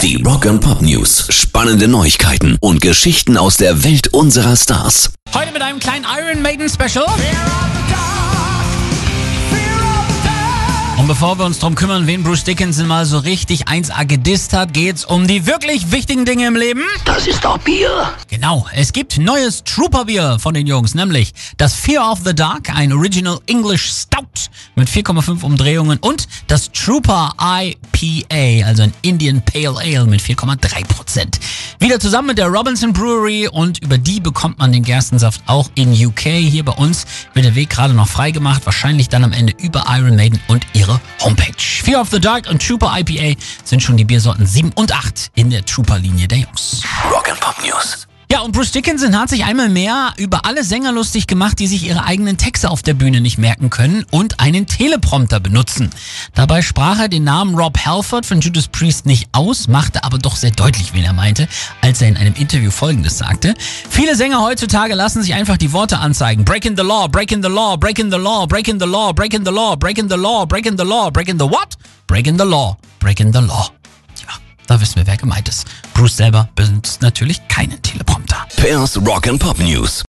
Die Rock and Pop News. Spannende Neuigkeiten und Geschichten aus der Welt unserer Stars. Heute mit einem kleinen Iron Maiden Special. Und bevor wir uns darum kümmern, wen Bruce Dickinson mal so richtig 1A gedisst hat, geht's um die wirklich wichtigen Dinge im Leben. Das ist doch Bier. Genau, es gibt neues Trooper-Bier von den Jungs, nämlich das Fear of the Dark, ein Original English Stout mit 4,5 Umdrehungen und das Trooper IPA, also ein Indian Pale Ale mit 4,3%. Wieder zusammen mit der Robinson Brewery und über die bekommt man den Gerstensaft auch in UK. Hier bei uns wird der Weg gerade noch freigemacht, wahrscheinlich dann am Ende über Iron Maiden und ihre Homepage. Fear of the Dark und Trooper IPA sind schon die Biersorten 7 und 8 in der Trooper-Linie der Jungs. Rock and Pop News. Ja, und Bruce Dickinson hat sich einmal mehr über alle Sänger lustig gemacht, die sich ihre eigenen Texte auf der Bühne nicht merken können und einen Teleprompter benutzen. Dabei sprach er den Namen Rob Halford von Judas Priest nicht aus, machte aber doch sehr deutlich, wen er meinte, als er in einem Interview Folgendes sagte: Viele Sänger heutzutage lassen sich einfach die Worte anzeigen. Breaking the law, breaking the law, breaking the law, breaking the law, breaking the law, breaking the law, breaking the law, breaking the what? Breaking the law, breaking the law. Da wissen wir, wer gemeint ist. Bruce selber benutzt natürlich keinen Teleprompter. Pairs Rock and Pop News.